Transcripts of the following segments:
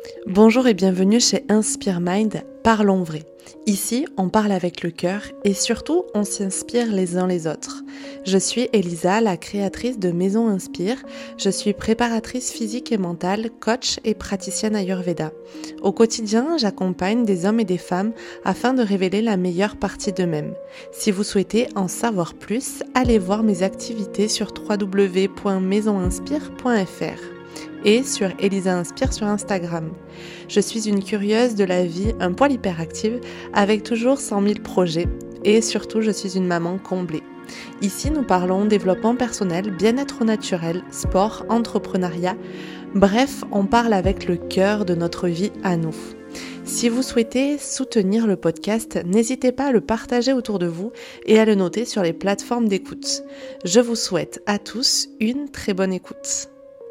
Bonjour et bienvenue chez Inspire Mind, parlons vrai. Ici, on parle avec le cœur et surtout, on s'inspire les uns les autres. Je suis Elisa, la créatrice de Maison Inspire. Je suis préparatrice physique et mentale, coach et praticienne Ayurveda. Au quotidien, j'accompagne des hommes et des femmes afin de révéler la meilleure partie d'eux-mêmes. Si vous souhaitez en savoir plus, allez voir mes activités sur www.maisonинspire.fr. et sur Elisa Inspire sur Instagram. Je suis une curieuse de la vie, un poil hyperactive, avec toujours 100 000 projets et surtout je suis une maman comblée. Ici nous parlons développement personnel, bien-être naturel, sport, entrepreneuriat, bref, on parle avec le cœur de notre vie à nous. Si vous souhaitez soutenir le podcast, n'hésitez pas à le partager autour de vous et à le noter sur les plateformes d'écoute. Je vous souhaite à tous une très bonne écoute.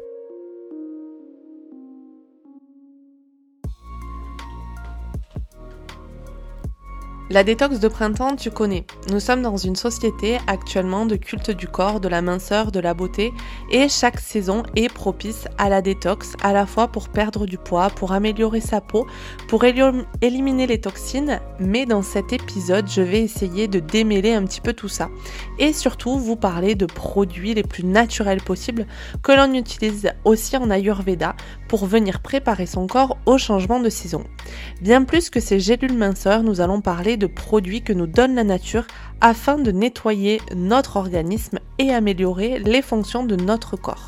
La détox de printemps, tu connais. Nous sommes dans une société actuellement de culte du corps, de la minceur, de la beauté et chaque saison est propice à la détox, à la fois pour perdre du poids, pour améliorer sa peau, pour éliminer les toxines. Mais dans cet épisode, je vais essayer de démêler un petit peu tout ça et surtout vous parler de produits les plus naturels possibles que l'on utilise aussi en Ayurveda pour venir préparer son corps au changement de saison. Bien plus que ces gélules minceurs, nous allons parler de produits que nous donne la nature afin de nettoyer notre organisme et améliorer les fonctions de notre corps.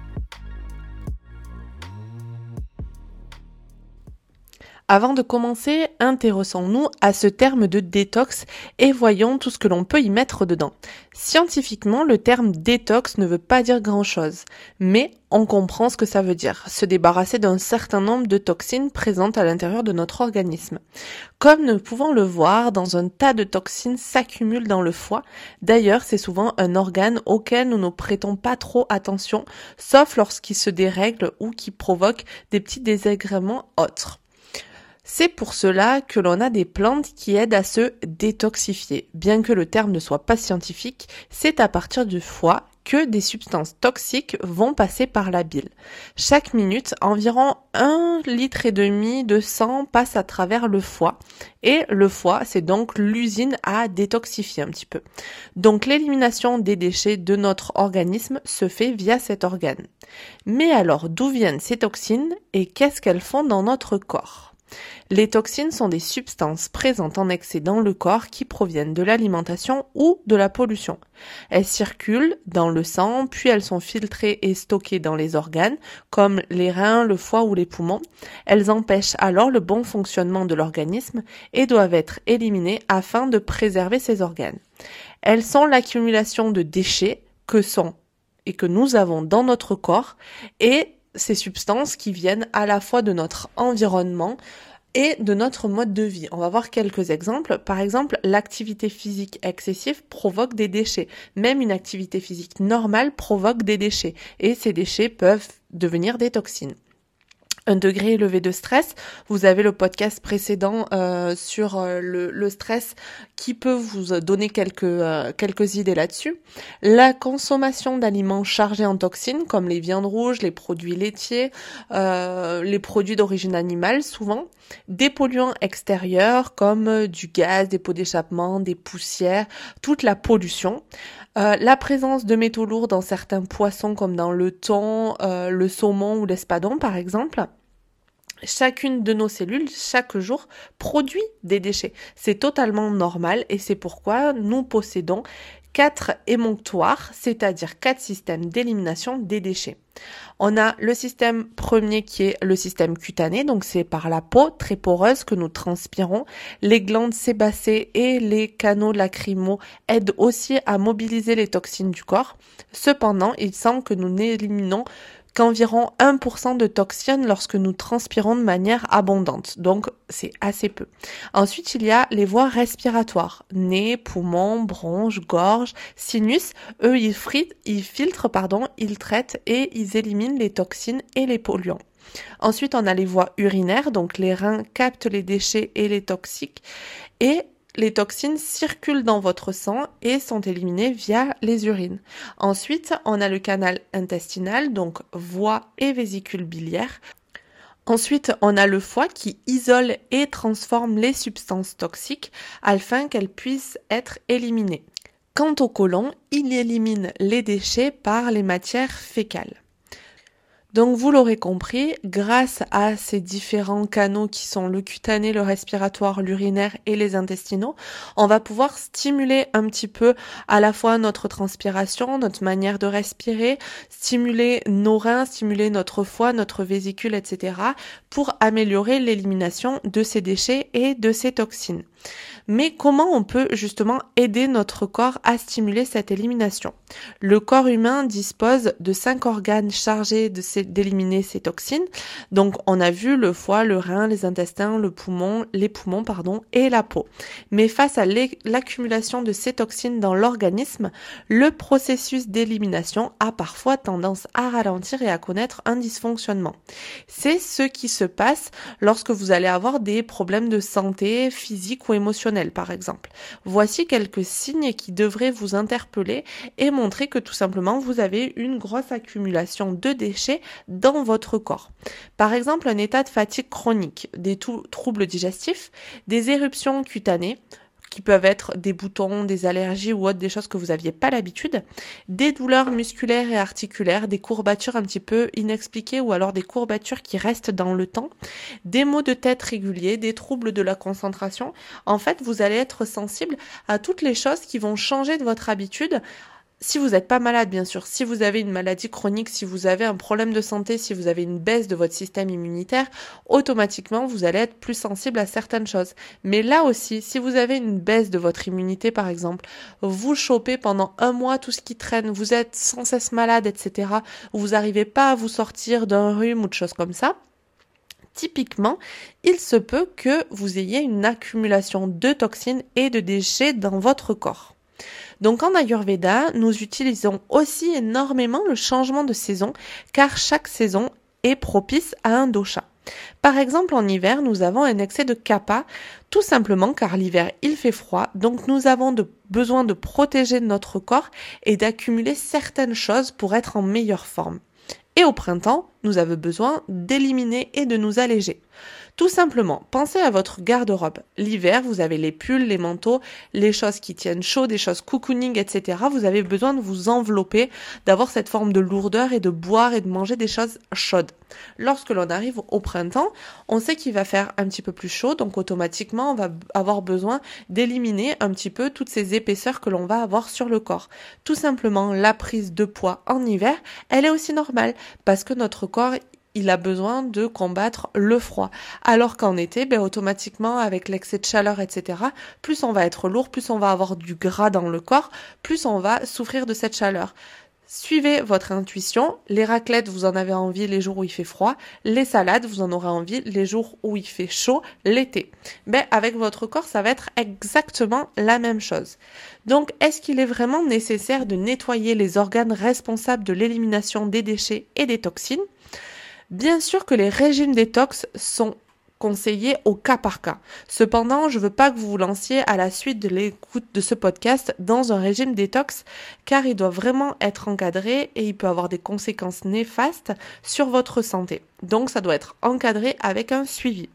Avant de commencer, intéressons-nous à ce terme de détox et voyons tout ce que l'on peut y mettre dedans. Scientifiquement, le terme détox ne veut pas dire grand-chose, mais on comprend ce que ça veut dire, se débarrasser d'un certain nombre de toxines présentes à l'intérieur de notre organisme. Comme nous pouvons le voir, dans un tas de toxines s'accumulent dans le foie. D'ailleurs, c'est souvent un organe auquel nous ne prêtons pas trop attention, sauf lorsqu'il se dérègle ou qui provoque des petits désagréments autres. C'est pour cela que l'on a des plantes qui aident à se détoxifier. Bien que le terme ne soit pas scientifique, c'est à partir du foie que des substances toxiques vont passer par la bile. Chaque minute, environ 1,5 litre de sang passe à travers le foie. Et le foie, c'est donc l'usine à détoxifier un petit peu. Donc l'élimination des déchets de notre organisme se fait via cet organe. Mais alors, d'où viennent ces toxines et qu'est-ce qu'elles font dans notre corps ? Les toxines sont des substances présentes en excès dans le corps qui proviennent de l'alimentation ou de la pollution. Elles circulent dans le sang, puis elles sont filtrées et stockées dans les organes, comme les reins, le foie ou les poumons. Elles empêchent alors le bon fonctionnement de l'organisme et doivent être éliminées afin de préserver ces organes. Elles sont l'accumulation de déchets que nous avons dans notre corps et ces substances qui viennent à la fois de notre environnement et de notre mode de vie. On va voir quelques exemples. Par exemple, l'activité physique excessive provoque des déchets. Même une activité physique normale provoque des déchets. Et ces déchets peuvent devenir des toxines. Un degré élevé de stress, vous avez le podcast précédent sur le stress qui peut vous donner quelques idées là-dessus. La consommation d'aliments chargés en toxines comme les viandes rouges, les produits laitiers, les produits d'origine animale souvent, des polluants extérieurs comme du gaz, des pots d'échappement, des poussières, toute la pollution. La présence de métaux lourds dans certains poissons comme dans le thon, le saumon ou l'espadon par exemple. Chacune de nos cellules, chaque jour, produit des déchets. C'est totalement normal et c'est pourquoi nous possédons 4 émonctoires, c'est-à-dire 4 systèmes d'élimination des déchets. On a le système premier qui est le système cutané, donc c'est par la peau très poreuse que nous transpirons. Les glandes sébacées et les canaux lacrymaux aident aussi à mobiliser les toxines du corps. Cependant, il semble que nous n'éliminons qu'environ 1% de toxines lorsque nous transpirons de manière abondante. Donc, c'est assez peu. Ensuite, il y a les voies respiratoires. Nez, poumons, bronches, gorge, sinus. Eux, ils filtrent, ils traitent et ils éliminent les toxines et les polluants. Ensuite, on a les voies urinaires. Donc, les reins captent les déchets et les toxiques. Et les toxines circulent dans votre sang et sont éliminées via les urines. Ensuite, on a le canal intestinal, donc voie et vésicule biliaire. Ensuite, on a le foie qui isole et transforme les substances toxiques afin qu'elles puissent être éliminées. Quant au côlon, il élimine les déchets par les matières fécales. Donc vous l'aurez compris, grâce à ces différents canaux qui sont le cutané, le respiratoire, l'urinaire et les intestinaux, on va pouvoir stimuler un petit peu à la fois notre transpiration, notre manière de respirer, stimuler nos reins, stimuler notre foie, notre vésicule, etc. pour améliorer l'élimination de ces déchets et de ces toxines. Mais comment on peut justement aider notre corps à stimuler cette élimination? Le corps humain dispose de 5 organes chargés d'éliminer ces toxines. Donc on a vu le foie, le rein, les intestins, les poumons et la peau. Mais face à l'accumulation de ces toxines dans l'organisme, le processus d'élimination a parfois tendance à ralentir et à connaître un dysfonctionnement. C'est ce qui se passe lorsque vous allez avoir des problèmes de santé physique ou émotionnelle par exemple. Voici quelques signes qui devraient vous interpeller et montrer que tout simplement vous avez une grosse accumulation de déchets dans votre corps. Par exemple, un état de fatigue chronique, des troubles digestifs, des éruptions cutanées, qui peuvent être des boutons, des allergies ou autres, des choses que vous n'aviez pas l'habitude, des douleurs musculaires et articulaires, des courbatures un petit peu inexpliquées ou alors des courbatures qui restent dans le temps, des maux de tête réguliers, des troubles de la concentration. En fait, vous allez être sensible à toutes les choses qui vont changer de votre habitude. Si vous n'êtes pas malade, bien sûr, si vous avez une maladie chronique, si vous avez un problème de santé, si vous avez une baisse de votre système immunitaire, automatiquement, vous allez être plus sensible à certaines choses. Mais là aussi, si vous avez une baisse de votre immunité, par exemple, vous chopez pendant un mois tout ce qui traîne, vous êtes sans cesse malade, etc., vous n'arrivez pas à vous sortir d'un rhume ou de choses comme ça, typiquement, il se peut que vous ayez une accumulation de toxines et de déchets dans votre corps. Donc en Ayurveda, nous utilisons aussi énormément le changement de saison car chaque saison est propice à un dosha. Par exemple, en hiver, nous avons un excès de kapha, tout simplement car l'hiver, il fait froid, donc nous avons besoin de protéger notre corps et d'accumuler certaines choses pour être en meilleure forme. Et au printemps, nous avons besoin d'éliminer et de nous alléger. Tout simplement, pensez à votre garde-robe. L'hiver, vous avez les pulls, les manteaux, les choses qui tiennent chaud, des choses cocooning, etc. Vous avez besoin de vous envelopper, d'avoir cette forme de lourdeur et de boire et de manger des choses chaudes. Lorsque l'on arrive au printemps, on sait qu'il va faire un petit peu plus chaud, donc automatiquement, on va avoir besoin d'éliminer un petit peu toutes ces épaisseurs que l'on va avoir sur le corps. Tout simplement, la prise de poids en hiver, elle est aussi normale, parce que notre corps, il a besoin de combattre le froid. Alors qu'en été, automatiquement, avec l'excès de chaleur, etc., plus on va être lourd, plus on va avoir du gras dans le corps, plus on va souffrir de cette chaleur. Suivez votre intuition. Les raclettes, vous en avez envie les jours où il fait froid. Les salades, vous en aurez envie les jours où il fait chaud, l'été. Avec votre corps, ça va être exactement la même chose. Donc, est-ce qu'il est vraiment nécessaire de nettoyer les organes responsables de l'élimination des déchets et des toxines ? Bien sûr que les régimes détox sont conseillés au cas par cas. Cependant, je ne veux pas que vous vous lanciez à la suite de l'écoute de ce podcast dans un régime détox car il doit vraiment être encadré et il peut avoir des conséquences néfastes sur votre santé. Donc, ça doit être encadré avec un suivi.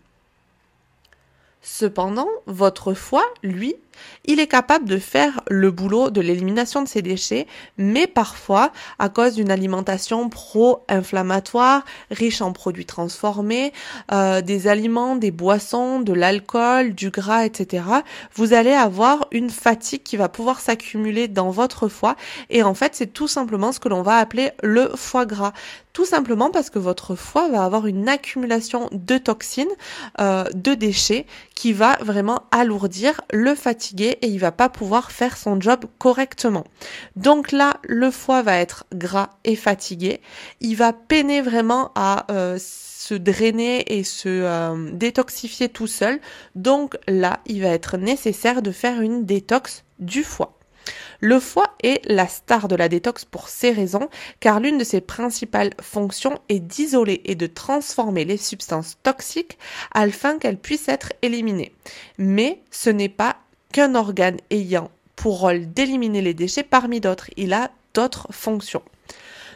Cependant, votre foie, lui, il est capable de faire le boulot de l'élimination de ces déchets, mais parfois, à cause d'une alimentation pro-inflammatoire, riche en produits transformés, des aliments, des boissons, de l'alcool, du gras, etc., vous allez avoir une fatigue qui va pouvoir s'accumuler dans votre foie, et en fait, c'est tout simplement ce que l'on va appeler le foie gras. Tout simplement parce que votre foie va avoir une accumulation de toxines, de déchets, qui va vraiment alourdir, le fatiguer et il va pas pouvoir faire son job correctement. Donc là, le foie va être gras et fatigué. Il va peiner vraiment à se drainer et se détoxifier tout seul. Donc là, il va être nécessaire de faire une détox du foie. Le foie est la star de la détox pour ces raisons, car l'une de ses principales fonctions est d'isoler et de transformer les substances toxiques afin qu'elles puissent être éliminées. Mais ce n'est pas qu'un organe ayant pour rôle d'éliminer les déchets parmi d'autres, il a d'autres fonctions.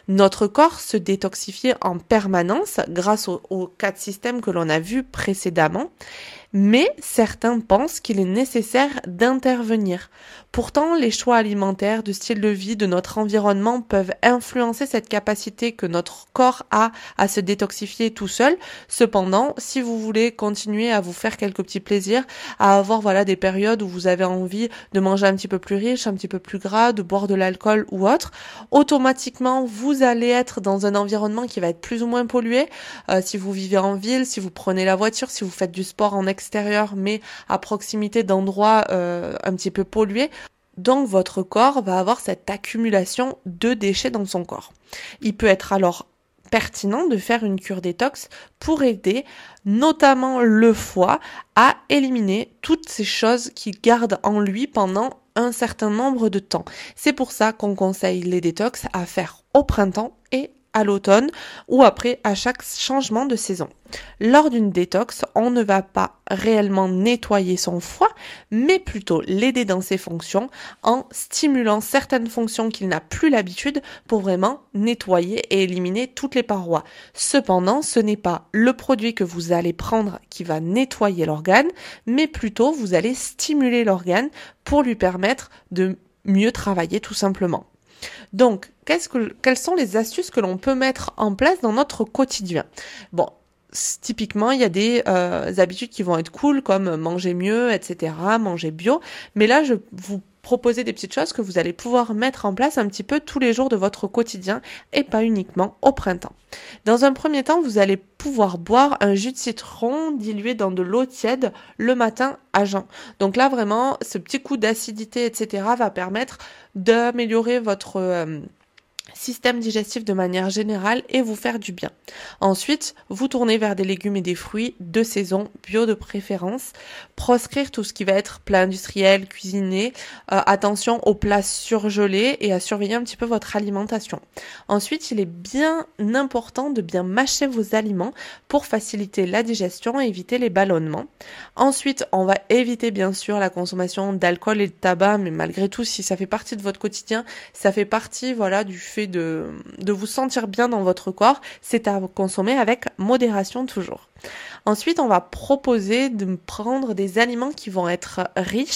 Notre corps se détoxifie en permanence grâce aux 4 systèmes que l'on a vus précédemment, mais certains pensent qu'il est nécessaire d'intervenir. Pourtant, les choix alimentaires, de style de vie, de notre environnement peuvent influencer cette capacité que notre corps a à se détoxifier tout seul. Cependant, si vous voulez continuer à vous faire quelques petits plaisirs, à avoir des périodes où vous avez envie de manger un petit peu plus riche, un petit peu plus gras, de boire de l'alcool ou autre, automatiquement, vous allez être dans un environnement qui va être plus ou moins pollué. Si vous vivez en ville, si vous prenez la voiture, si vous faites du sport en extérieur, mais à proximité d'endroits un petit peu pollués, donc votre corps va avoir cette accumulation de déchets dans son corps. Il peut être alors pertinent de faire une cure détox pour aider notamment le foie à éliminer toutes ces choses qu'il garde en lui pendant un certain nombre de temps. C'est pour ça qu'on conseille les détox à faire au printemps et à l'automne ou après à chaque changement de saison. Lors d'une détox, on ne va pas réellement nettoyer son foie, mais plutôt l'aider dans ses fonctions en stimulant certaines fonctions qu'il n'a plus l'habitude pour vraiment nettoyer et éliminer toutes les parois. Cependant, ce n'est pas le produit que vous allez prendre qui va nettoyer l'organe, mais plutôt vous allez stimuler l'organe pour lui permettre de mieux travailler tout simplement. Donc, quelles sont les astuces que l'on peut mettre en place dans notre quotidien ? Bon, typiquement, il y a des habitudes qui vont être cool, comme manger mieux, etc., manger bio. Mais là, je vous proposer des petites choses que vous allez pouvoir mettre en place un petit peu tous les jours de votre quotidien et pas uniquement au printemps. Dans un premier temps, vous allez pouvoir boire un jus de citron dilué dans de l'eau tiède le matin à jeun. Donc là, vraiment, ce petit coup d'acidité, etc. va permettre d'améliorer votre système digestif de manière générale et vous faire du bien. Ensuite, vous tournez vers des légumes et des fruits de saison, bio de préférence. Proscrire tout ce qui va être plat industriel, cuisiné. Attention aux plats surgelés et à surveiller un petit peu votre alimentation. Ensuite, il est bien important de bien mâcher vos aliments pour faciliter la digestion et éviter les ballonnements. Ensuite, on va éviter bien sûr la consommation d'alcool et de tabac, mais malgré tout, si ça fait partie de votre quotidien, ça fait partie du fait de vous sentir bien dans votre corps, c'est à consommer avec modération toujours. Ensuite, on va proposer de prendre des aliments qui vont être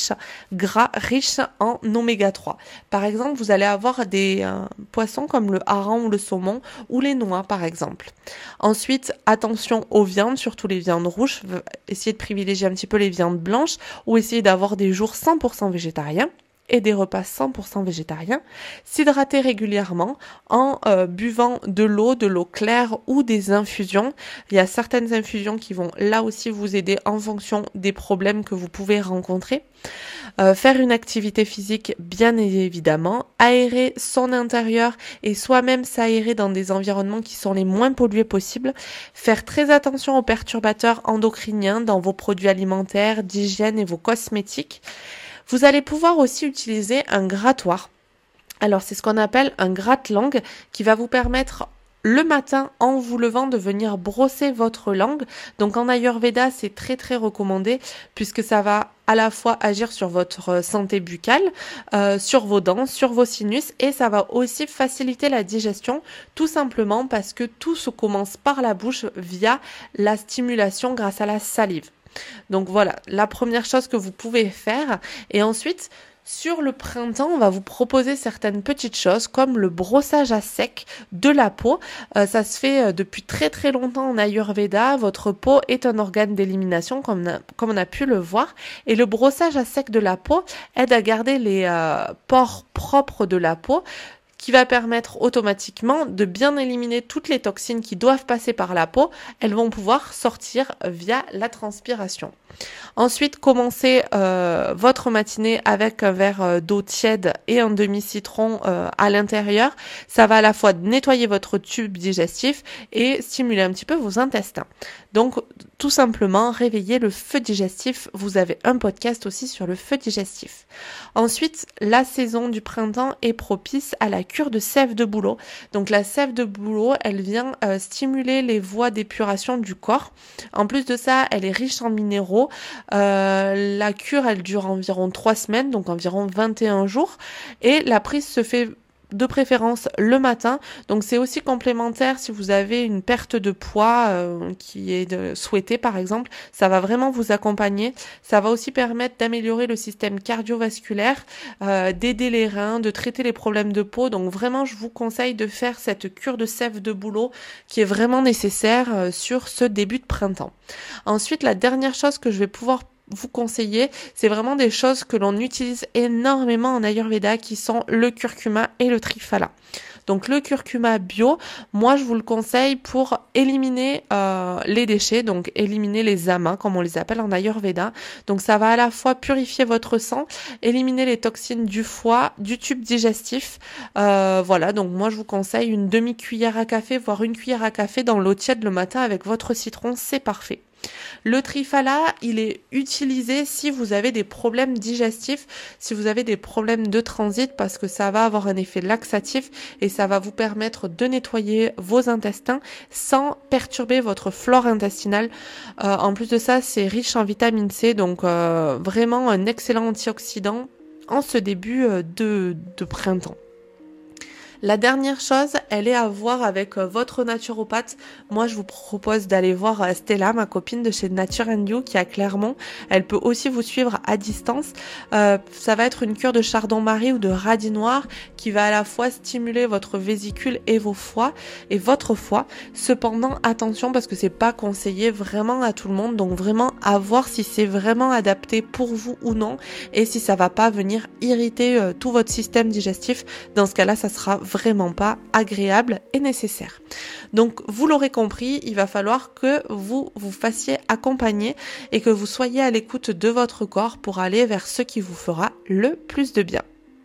gras, riches en oméga 3. Par exemple, vous allez avoir des poissons comme le hareng ou le saumon ou les noix par exemple. Ensuite, attention aux viandes, surtout les viandes rouges. Essayez de privilégier un petit peu les viandes blanches ou essayez d'avoir des jours 100% végétariens et des repas 100% végétariens, s'hydrater régulièrement en buvant de l'eau claire ou des infusions. Il y a certaines infusions qui vont là aussi vous aider en fonction des problèmes que vous pouvez rencontrer. Faire une activité physique bien évidemment, aérer son intérieur et soi-même s'aérer dans des environnements qui sont les moins pollués possibles, faire très attention aux perturbateurs endocriniens dans vos produits alimentaires, d'hygiène et vos cosmétiques. Vous allez pouvoir aussi utiliser un grattoir. Alors c'est ce qu'on appelle un gratte-langue qui va vous permettre le matin en vous levant de venir brosser votre langue. Donc en Ayurveda c'est très très recommandé puisque ça va à la fois agir sur votre santé buccale, sur vos dents, sur vos sinus et ça va aussi faciliter la digestion tout simplement parce que tout se commence par la bouche via la stimulation grâce à la salive. Donc voilà, la première chose que vous pouvez faire. Et ensuite, sur le printemps, on va vous proposer certaines petites choses comme le brossage à sec de la peau. Ça se fait depuis très très longtemps en Ayurveda. Votre peau est un organe d'élimination comme on a pu le voir. Et le brossage à sec de la peau aide à garder les pores propres de la peau, qui va permettre automatiquement de bien éliminer toutes les toxines qui doivent passer par la peau. Elles vont pouvoir sortir via la transpiration. Ensuite, commencez votre matinée avec un verre d'eau tiède et un demi-citron à l'intérieur. Ça va à la fois nettoyer votre tube digestif et stimuler un petit peu vos intestins. Donc, tout simplement, réveiller le feu digestif. Vous avez un podcast aussi sur le feu digestif. Ensuite, la saison du printemps est propice à la cure de sève de bouleau. Donc, la sève de bouleau, elle vient stimuler les voies d'épuration du corps. En plus de ça, elle est riche en minéraux. La cure, elle dure environ 3 semaines, donc environ 21 jours. Et la prise se fait de préférence le matin. Donc c'est aussi complémentaire si vous avez une perte de poids qui est souhaitée par exemple. Ça va vraiment vous accompagner. Ça va aussi permettre d'améliorer le système cardiovasculaire, d'aider les reins, de traiter les problèmes de peau. Donc vraiment, je vous conseille de faire cette cure de sève de bouleau qui est vraiment nécessaire sur ce début de printemps. Ensuite, la dernière chose que je vais pouvoir vous conseiller, c'est vraiment des choses que l'on utilise énormément en Ayurveda qui sont le curcuma et le triphala. Donc le curcuma bio, moi je vous le conseille pour éliminer les déchets, donc éliminer les amas comme on les appelle en Ayurveda. Donc ça va à la fois purifier votre sang, éliminer les toxines du foie, du tube digestif. Voilà, donc moi je vous conseille une demi-cuillère à café, voire une cuillère à café dans l'eau tiède le matin avec votre citron, c'est parfait. Le triphala, il est utilisé si vous avez des problèmes digestifs, si vous avez des problèmes de transit, parce que ça va avoir un effet laxatif et ça va vous permettre de nettoyer vos intestins sans perturber votre flore intestinale. En plus de ça, c'est riche en vitamine C, donc vraiment un excellent antioxydant en ce début de printemps. La dernière chose, elle est à voir avec votre naturopathe. Moi, je vous propose d'aller voir Stella, ma copine de chez Nature & You, qui est à Clermont. Elle peut aussi vous suivre à distance. Ça va être une cure de chardon-marie ou de radis noir qui va à la fois stimuler votre vésicule et votre foie. Cependant, attention parce que c'est pas conseillé vraiment à tout le monde. Donc vraiment à voir si c'est vraiment adapté pour vous ou non et si ça va pas venir irriter tout votre système digestif. Dans ce cas-là, ça sera vraiment pas agréable et nécessaire. Donc vous l'aurez compris, il va falloir que vous vous fassiez accompagner et que vous soyez à l'écoute de votre corps pour aller vers ce qui vous fera le plus de bien.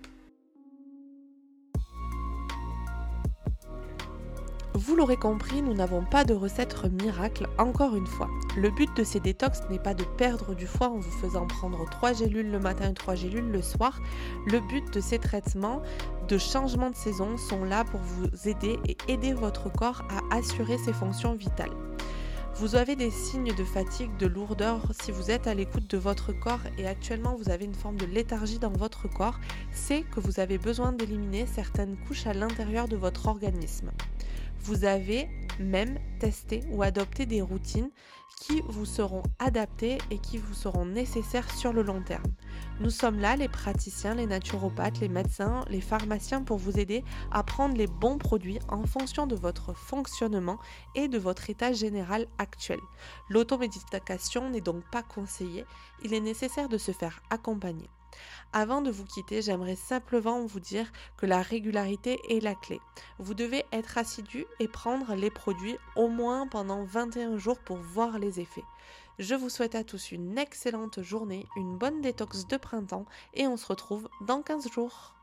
Vous l'aurez compris, nous n'avons pas de recette miracle, encore une fois. Le but de ces détox n'est pas de perdre du foie en vous faisant prendre 3 gélules le matin et 3 gélules le soir. Le but de ces traitements de changement de saison sont là pour vous aider et aider votre corps à assurer ses fonctions vitales. Vous avez des signes de fatigue, de lourdeur, si vous êtes à l'écoute de votre corps et actuellement vous avez une forme de léthargie dans votre corps, c'est que vous avez besoin d'éliminer certaines couches à l'intérieur de votre organisme. Vous avez même testé ou adopté des routines qui vous seront adaptées et qui vous seront nécessaires sur le long terme. Nous sommes là, les praticiens, les naturopathes, les médecins, les pharmaciens pour vous aider à prendre les bons produits en fonction de votre fonctionnement et de votre état général actuel. L'automédication n'est donc pas conseillée, il est nécessaire de se faire accompagner. Avant de vous quitter, j'aimerais simplement vous dire que la régularité est la clé. Vous devez être assidu et prendre les produits au moins pendant 21 jours pour voir les effets. Je vous souhaite à tous une excellente journée, une bonne détox de printemps et on se retrouve dans 15 jours.